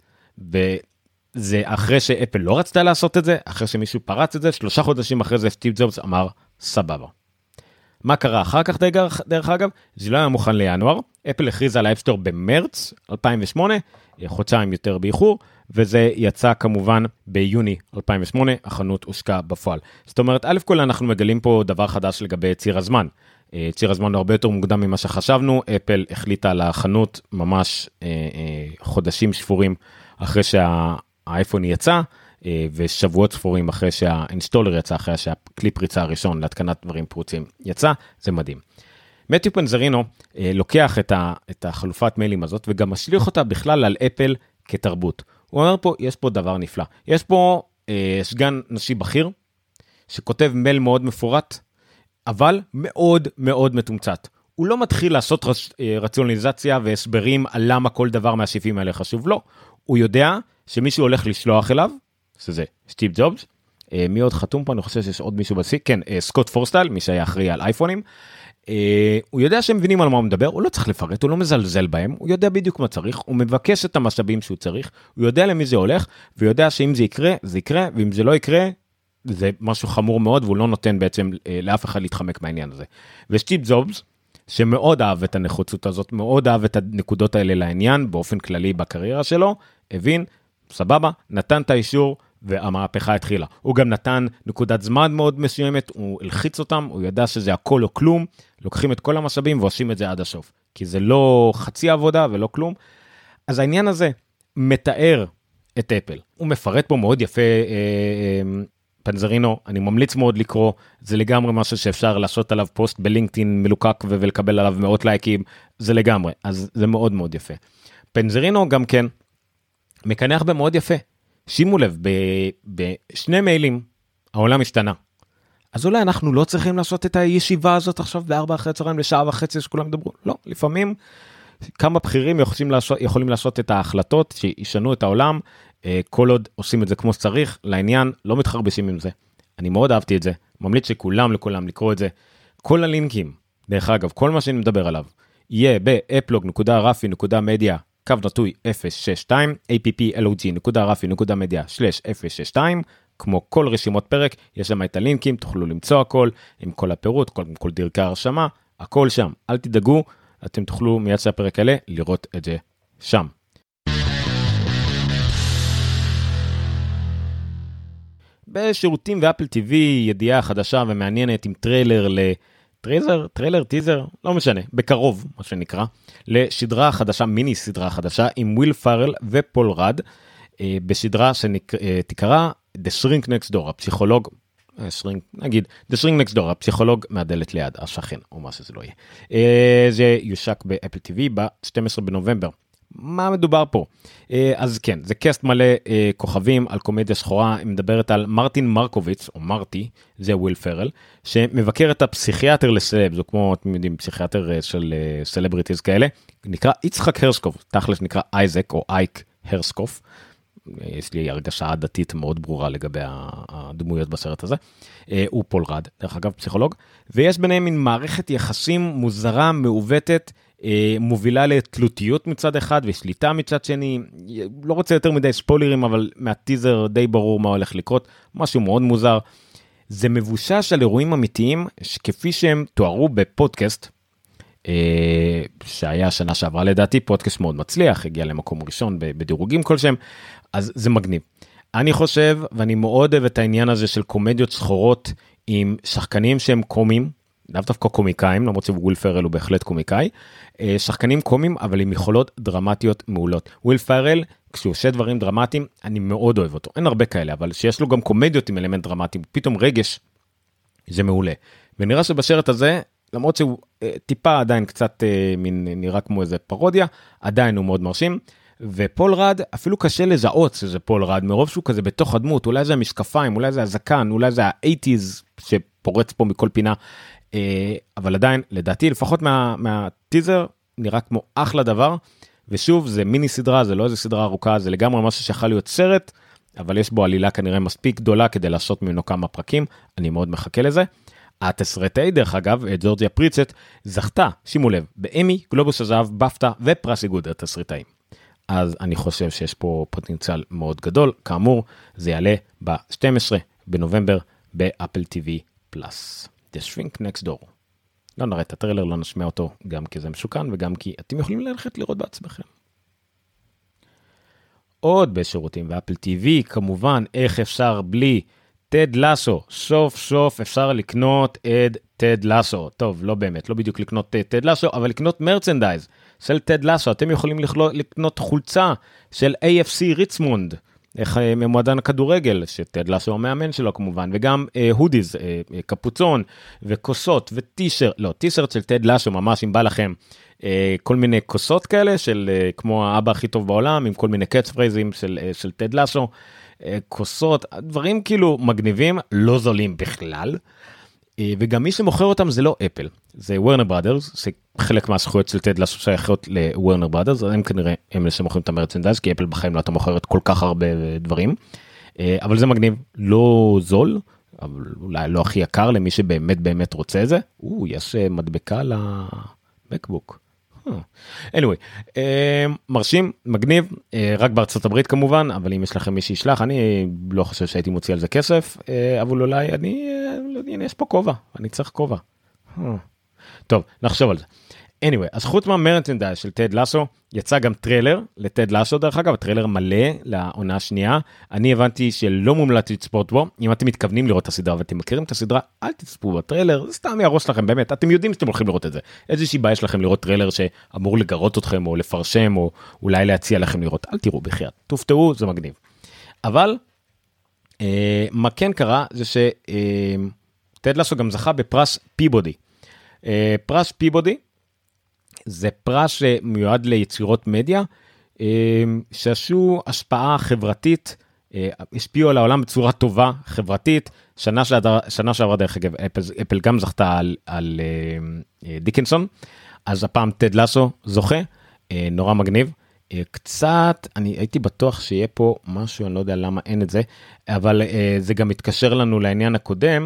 וזה אחרי שאפל לא רצתה לעשות את זה, אחרי שמישהו פרץ את זה, 3 חודשים אחרי זה סטיב ג'ובס אמר, סבבה. מה קרה אחר כך דרך אגב? זה לא היה מוכן לינואר, אפל הכריזה על האפסטור במרץ 2008, חודשיים יותר באיחור, וזה יצא כמובן ביוני 2008, החנות הושקה בפועל. זאת אומרת, א' כל אנחנו מגלים פה דבר חדש לגבי ציר הזמן. ציר הזמן הוא הרבה יותר מוקדם ממה שחשבנו, אפל החליטה על החנות ממש חודשים שפורים אחרי שהאייפון יצא, ושבועות ספורים אחרי שהאינסטולר יצא, אחרי שהכלי פריצה הראשון להתקנת דברים פרוצים יצא, זה מדהים. מתיו פנזרינו לוקח את החלופת מיילים הזאת, וגם משליך אותה בכלל על אפל כתרבות. הוא אומר פה, יש פה דבר נפלא. יש פה סגן נשי בכיר, שכותב מייל מאוד מפורט, אבל מאוד מאוד מתומצת. הוא לא מתחיל לעשות רציונליזציה והסברים על למה כל דבר מהסעיפים האלה חשוב. לא. הוא יודע שמישהו הולך לשלוח אליו, שזה סטיב ג'ובס, מי עוד חתום פה? אני חושב שיש עוד מישהו בסי, כן, סקוט פורסטייל, מי שהיה אחראי על אייפונים, הוא יודע שהם מבינים על מה הוא מדבר, הוא לא צריך לפרט, הוא לא מזלזל בהם, הוא יודע בדיוק מה צריך, הוא מבקש את המשאבים שהוא צריך, הוא יודע למי זה הולך, ויודע שאם זה יקרה, זה יקרה, ואם זה לא יקרה, זה משהו חמור מאוד, והוא לא נותן בעצם לאף אחד להתחמק מהעניין הזה. וסטיב ג'ובס, שמאוד אהב את הנחוצות הזאת, מאוד אהב את הנקודות האלה לעניין, באופן כללי בקריירה שלו, הבין, סבבה, נתן את האישור, והמהפכה התחילה. הוא גם נתן נקודת זמן מאוד מסוימת, הוא הלחיץ אותם, הוא ידע שזה הכל או כלום, לוקחים את כל המשאבים ועושים את זה עד הסוף. כי זה לא חצי עבודה ולא כלום. אז העניין הזה מתאר את אפל. הוא מפרט פה מאוד יפה, פנזרינו, אני ממליץ מאוד לקרוא, זה לגמרי משהו שאפשר לעשות עליו פוסט בלינקדאין מלוקק ולקבל עליו מאות לייקים, זה לגמרי, אז זה מאוד מאוד יפה. פנזרינו גם כן, מקנח במאוד יפה. שימו לב, בשני מיילים, העולם השתנה. אז אולי אנחנו לא צריכים לעשות את הישיבה הזאת עכשיו ב4 אחרי הצהריים לשעה וחצי שכולם דברו. לא, לפעמים כמה בכירים יכולים לעשות את ההחלטות שישנו את העולם, כל עוד עושים את זה כמו שצריך, לעניין, לא מתחרבשים עם זה. אני מאוד אהבתי את זה, ממליץ לכולם לקרוא את זה. כל הלינקים, דרך אגב, כל מה שאני מדבר עליו, יהיה ב-eplog.rafi.media /062, applog.rafi.media/062, כמו כל רשימות פרק, יש שם את הלינקים, תוכלו למצוא הכל, עם כל הפירוט, כל דרכי הרשמה, הכל שם. אל תדאגו, אתם תוכלו מיד שהפרק האלה לראות את זה שם. בשירותים ואפל TV, ידיעה חדשה ומעניינת עם טריילר, טיזר, לא משנה, בקרוב, מה שנקרא, לשדרה חדשה, מיני סדרה חדשה, עם וויל פארל ופול רד, בסדרה שתקרא The Shrink Next Door, הפסיכולוג, The Shrink Next Door, הפסיכולוג מהדלת ליד, השכן, או מה שזה לא יהיה. זה יושק באפל TV ב-12 בנובמבר. מה מדובר פה? אז כן, זה קאסט מלא כוכבים על קומדיה שחורה, היא מדברת על מרטין מרקוביץ, או מרטי, זה וויל פרל, שמבקר את הפסיכיאטר לסלב, זו כמו, אתם יודעים, פסיכיאטר של סלבריטיז כאלה, נקרא יצחק הרשקוף, תכלס נקרא אייזק או אייק הרשקוף, יש לי הרגשה דתית מאוד ברורה לגבי הדמויות בסרט הזה, הוא פול רד, דרך אגב פסיכולוג, ויש ביניהם מין מערכת יחסים מוזרה, מעוותת, מובילה לתלותיות מצד אחד ושליטה מצד שני, לא רוצה יותר מדי ספוילרים, אבל מהטיזר די ברור מה הולך לקרות, משהו מאוד מוזר. זה מבושש על אירועים אמיתיים, כפי שהם תוארו בפודקאסט, שהיה שנה שעברה לדעתי, פודקאסט מאוד מצליח, הגיע למקום ראשון בדירוגים כלשהם, אז זה מגניב. אני חושב, ואני מאוד אוהב את העניין הזה של קומדיות שחורות, עם שחקנים שהם קומיים, לאו דווקא קומיקאים, למרות שוויל פרל הוא בהחלט קומיקאי, שחקנים קומיים, אבל עם יכולות דרמטיות מעולות. וויל פרל, כשהוא עושה דברים דרמטיים, אני מאוד אוהב אותו. אין הרבה כאלה, אבל שיש לו גם קומדיות עם אלמנט דרמטי, פתאום רגש, זה מעולה. ונראה שבשרת הזה, למרות שהוא טיפה עדיין קצת נראה כמו איזה פרודיה, עדיין הוא מאוד מרשים, ופול רד, אפילו קשה לזהות שזה פול רד, מרוב שהוא כזה בתוך הדמות, אולי זה המשקפיים, אולי זה הזקן, אולי זה ה-80s שפורץ פה מכל פינה, אבל עדיין, לדעתי, לפחות מהטיזר, נראה כמו אחלה דבר, ושוב, זה מיני סדרה, זה לא איזה סדרה ארוכה, זה לגמרי משהו שיכול להיות סרט, אבל יש בו עלילה כנראה מספיק גדולה, כדי לעשות ממנו כמה פרקים, אני מאוד מחכה לזה. התסרטאי, דרך אגב, ג'ורג'יה פריצט, זכתה, שימו לב, באמי, גלובוס הזהב, בפטה ופרס איגוד התסרטאים. אז אני חושב שיש פה פוטנציאל מאוד גדול, כאמור, זה יעלה ב-12 בנובמבר באפל TV פלאס. The Shrink Next Door. לא נראה את הטריילר, לא נשמע אותו, גם כי זה משוקן, וגם כי אתם יכולים ללכת לראות בעצמכם. עוד בשירותים ואפל TV, כמובן, איך אפשר בלי טד לסו, סוף סוף אפשר לקנות את טד לסו. טוב, לא באמת, לא בדיוק לקנות טד לסו, אבל לקנות מרצ'נדייז של טד לסו. אתם יכולים לקנות חולצה של AFC ריצמונד, ממועדן הכדורגל, שטד לסו המאמן שלו כמובן, וגם הודיז, קפוצון, וכוסות, וטישרט, לא, טישרט של טד לסו, ממש אם בא לכם, כל מיני כוסות כאלה, של כמו האבא הכי טוב בעולם, עם כל מיני קאץ' פרייזים של טד לסו, כוסות, דברים כאילו מגניבים, לא זולים בכלל, וגם מי שמוכר אותם זה לא אפל, זה וורנר בראדרס, שחלק מהזכויות של טד לסו שייכות לוורנר בראדרס, אז הם כנראה הם שמוכרים את המרצ'נדייז, כי אפל בחיים לא אתה מוכרת כל כך הרבה דברים, אבל זה מגניב, לא זול, אבל אולי לא הכי יקר למי שבאמת באמת רוצה את זה, יש מדבקה למקבוק. anyway, מרשים, מגניב, רק בארצות הברית כמובן, אבל אם יש לכם מי שישלח, אני לא חושב שהייתי מוציא על זה כסף, אבל אולי יש פה כובע, אני צריך כובע. טוב, נחשוב על זה. anyway, אז חוץ מהמרצ'נדייז של טד לסו, יצא גם טריילר לטד לסו, דרך אגב, טריילר מלא לעונה השנייה. אני הבנתי שלא מומלץ לצפות בו. אם אתם מתכוונים לראות את הסדרה ואתם מכירים את הסדרה, אל תצפו בטריילר, זה סתם ירוס לכם באמת. אתם יודעים שאתם הולכים לראות את זה. איזושהי בעיה שלכם לראות טריילר שאמור לגרות אתכם או לפרשם או אולי להציע לכם לראות. אל תראו בחייאת, תופתעו, זה מגניב. אבל מה כן קרה זה שטד לסו גם זכה בפרס פיבודי. פרס פיבודי זה פרס שמיועד ליצירות מדיה, שעשו השפעה חברתית, השפיעו על העולם בצורה טובה, חברתית. שנה שעברה דרך אגב, אפל גם זכתה על דיקנסון, אז הפעם טד לסו זוכה, נורא מגניב. קצת, אני הייתי בטוח שיהיה פה משהו, אני לא יודע למה אין את זה, אבל זה גם מתקשר לנו לעניין הקודם,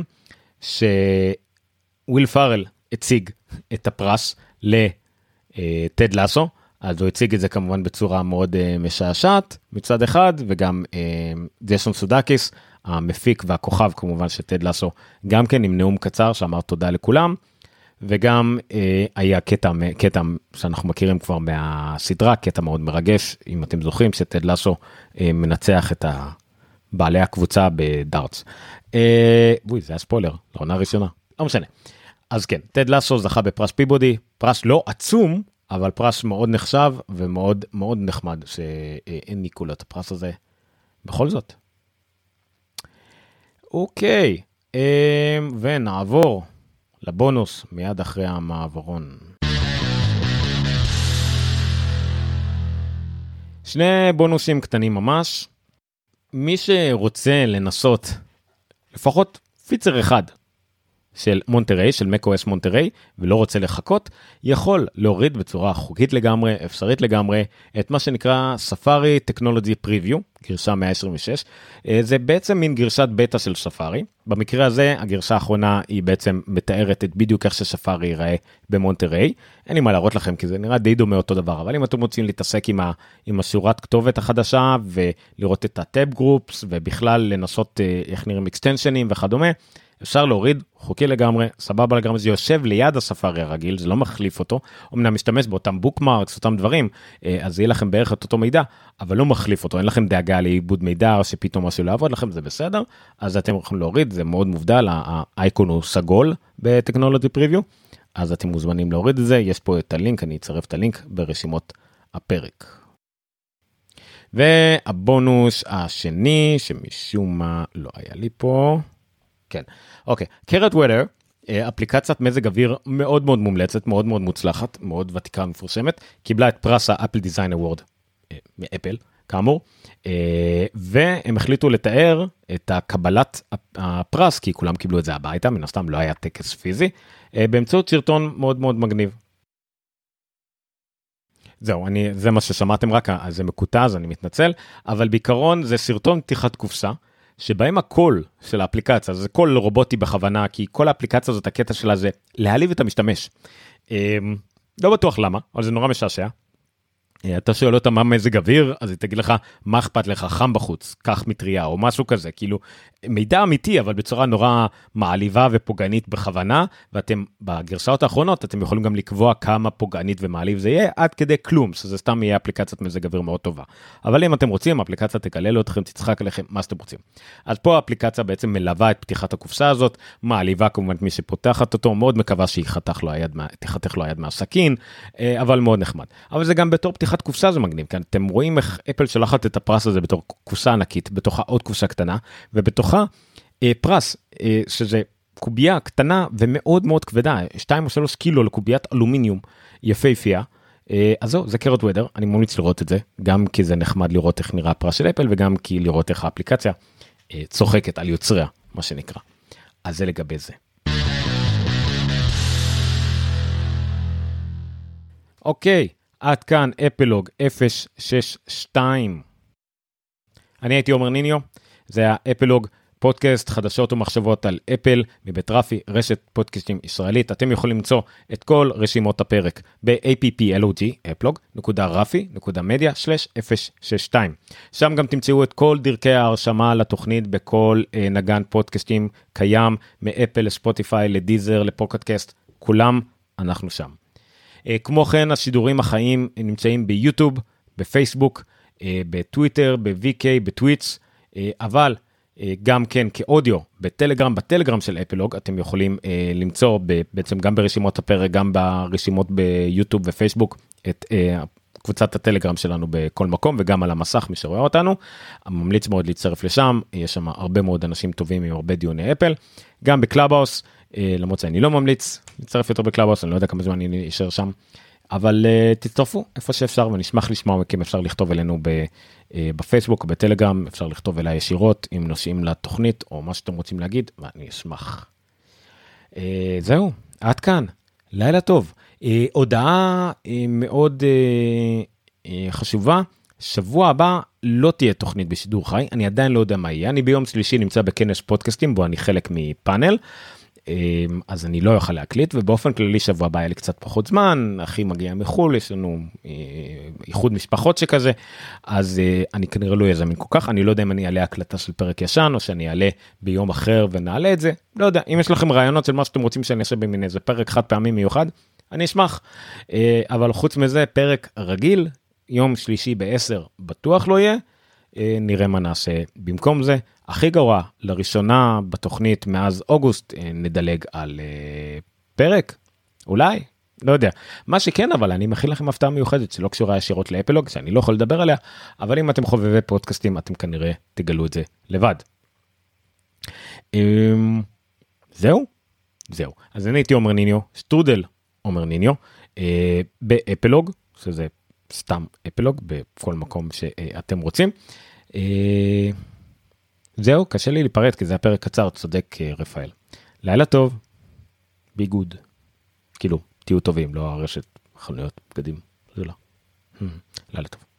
שוויל פארל הציג את הפרס טד לסו, אז הוא הציג את זה כמובן בצורה מאוד משעשעת מצד אחד, וגם ג'ייסון סודקיס, המפיק והכוכב כמובן של טד לסו, גם כן עם נאום קצר שאמר תודה לכולם, וגם היה קטע שאנחנו מכירים כבר מהסדרה, קטע מאוד מרגש, אם אתם זוכרים שטד לסו מנצח את בעלי הקבוצה בדארטס. זה היה ספוילר, לעונה הראשונה, לא משנה. אז כן, טד לסו זכה בפרס פיבודי, פרס לא עצום, אבל פרס מאוד נחשב ומאוד מאוד נחמד שהעניקו לו את הפרס הזה בכל זאת. אוקיי, ונעבור לבונוס מיד אחרי המעברון. שני בונוסים קטנים ממש. מי שרוצה לנסות לפחות פיצר אחד של מונטריי, של macOS מונטריי, ולא רוצה לחכות, יכול להוריד בצורה חוקית לגמרי, אפשרית לגמרי, את מה שנקרא ספארי טכנולוגי פריוויו, גרשה 126. זה בעצם מין גרשת בטא של ספארי. במקרה הזה, הגרשה האחרונה היא בעצם מתארת את בדיוק איך שספארי ייראה במונטריי. אין לי מה להראות לכם, כי זה נראה די דומה אותו דבר, אבל אם אתם רוצים להתעסק עם השורת כתובת החדשה, ולראות את הטאב גרופס, ובכלל לנסות איך נראים אקסטנשנים וכדומה, אפשר להוריד, חוקי לגמרי, סבבה לגמרי, זה יושב ליד הספארי הרגיל, זה לא מחליף אותו, אומנם משתמש באותם בוקמרקס, אותם דברים, אז יהיה לכם בערך את אותו מידע, אבל לא מחליף אותו, אין לכם דאגה לאיבוד מידע, או שפתאום משהו לא יעבוד לכם, זה בסדר, אז אתם יכולים להוריד, זה מאוד מובדל, האייקון הוא סגול בטכנולוגי פריוויו, אז אתם מוזמנים להוריד את זה, יש פה את הלינק, אני אצרף את הלינק ברשימות הפרק. והבונוס השני, שמשום מה לא היה לי פה, כן, אוקיי, קרת וודר, אפליקציית מזג אוויר מאוד מאוד מומלצת, מאוד מאוד מוצלחת, מאוד ותיקה ומפורסמת, קיבלה את פרס האפל דיזיין אוורד מאפל, כאמור, והם החליטו לתאר את הקבלת הפרס, כי כולם קיבלו את זה הביתה, מן הסתם לא היה טקס פיזי, באמצעות סרטון מאוד מאוד מגניב. זהו, זה מה ששמעתם רק, זה מקוטע, אז אני מתנצל, אבל בעיקרון זה סרטון פתיחת קופסה, שבהם הקול של האפליקציה, זה קול רובוטי בכוונה, כי כל האפליקציה הזאת, הקטע שלה זה להעליב את המשתמש. לא בטוח למה, אבל זה נורא משעשע. אתה שואל אותה מה מזג אוויר, אז היא תגיד לך, מה אכפת לך, חם בחוץ, כך מטריה, או משהו כזה, כאילו, מידע אמיתי, אבל בצורה נורא מעליבה ופוגענית בכוונה, ואתם, בגרסאות האחרונות, אתם יכולים גם לקבוע כמה פוגענית ומעליב זה יהיה, עד כדי כלום, שזה סתם יהיה אפליקציית מזג אוויר מאוד טובה. אבל אם אתם רוצים, האפליקציה תקלל אתכם, תצחק עליכם, מה שאתם רוצים. אז פה האפליקציה בעצם מלווה את פתיחת הקופסה הזאת, מעליבה כמובן מי שפותחת אותו, מאוד מקווה תחתך לו היד מהסכין, אבל מאוד נחמד. אבל זה גם בתור פתיחת קופסה זה מגניב, כאן אתם רואים איך אפל שלחת את הפרס הזה בתור קופסה ענקית, בתוכה עוד קופסה קטנה, ובתוכה פרס, שזה קובייה קטנה ומאוד מאוד כבדה, 2 או 3 קילו לקוביית אלומיניום יפהפייה, אז זהו, זה קרת וודר, אני ממליץ לראות את זה, גם כי זה נחמד לראות איך נראה הפרס של אפל, וגם כי לראות איך האפליקציה צוחקת על יוצריה, מה שנקרא. אז זה לגבי זה. אוקיי. עד כאן אפלוג 062. אני הייתי עומר ניניו, זה היה אפלוג, פודקאסט חדשות ומחשבות על אפל, מבית רפי, רשת פודקאסטים ישראלית. אתם יכולים למצוא את כל רשימות הפרק ב-applog, applog.rafi.media/062. שם גם תמצאו את כל דרכי ההרשמה לתוכנית בכל נגן פודקאסטים קיים, מאפל לספוטיפיי, לדיזר, לפודקאסט, כולם אנחנו שם. כמו כן, השידורים החיים נמצאים ביוטיוב, בפייסבוק, בטוויטר, ב-VK, בטוויץ, אבל גם כן כאודיו, בטלגרם של אפלוג, אתם יכולים למצוא בעצם גם ברשימות הפרק, גם ברשימות ביוטיוב ופייסבוק, את קבוצת הטלגרם שלנו בכל מקום, וגם על המסך מי שרואה אותנו. ממליץ מאוד להצטרף לשם, יש שם הרבה מאוד אנשים טובים עם הרבה דיוני אפל, גם בקלאבהאוס, למרות שאני לא ממליץ להצטרף יותר בקלאבהאוס, אני לא יודע כמה זמן אני אשאר שם, אבל תצטרפו איפה שאפשר, ונשמח לשמוע מכם, אפשר לכתוב אלינו בפייסבוק או בטלגרם, אפשר לכתוב אליי ישירות, אם נושאים לתוכנית, או מה שאתם רוצים להגיד, ואני אשמח. זהו, עד כאן, לילה טוב. הודעה מאוד חשובה, שבוע הבא לא תהיה תוכנית בשידור חי, אני עדיין לא יודע מה יהיה, אני ביום שלישי נמצא בכנס פודקאסטים, בו אני חלק מפאנל, אז אני לא יוכל להקליט, ובאופן כללי שבוע הבא היה לי קצת פחות זמן, אחי מגיע מחול, יש לנו איחוד משפחות שכזה, אז אני כנראה לא יזמין כל כך, אני לא יודע אם אני אעלה הקלטה של פרק ישן, או שאני אעלה ביום אחר ונעלה את זה, לא יודע, אם יש לכם רעיונות של מה שאתם רוצים שאני אעשה במין איזה פרק חד פעמי מיוחד, אני אשמח, אבל חוץ מזה פרק רגיל, יום שלישי ב-10 בטוח לא יהיה, נראה מה נעשה במקום זה. הכי גרוע, לראשונה בתוכנית מאז אוגוסט, נדלג על פרק, אולי, לא יודע. מה שכן, אבל אני מכין לכם הפתעה מיוחדת שלא קשורה ישירות לאפלוג, שאני לא יכול לדבר עליה, אבל אם אתם חובבי פודקאסטים, אתם כנראה תגלו את זה לבד. זהו. אז אני הייתי עומר ניניו, שטרודל עומר ניניו, באפלוג, שזה סתם אפלוג, בכל מקום שאתם רוצים. זהו, קשה לי להיפרד, כי זה הפרק קצר, צודק רפאל. לילה טוב, בי גוד. כאילו, תהיו טובים, לא הרשת חנויות בגדים. זה לא. לילה טוב.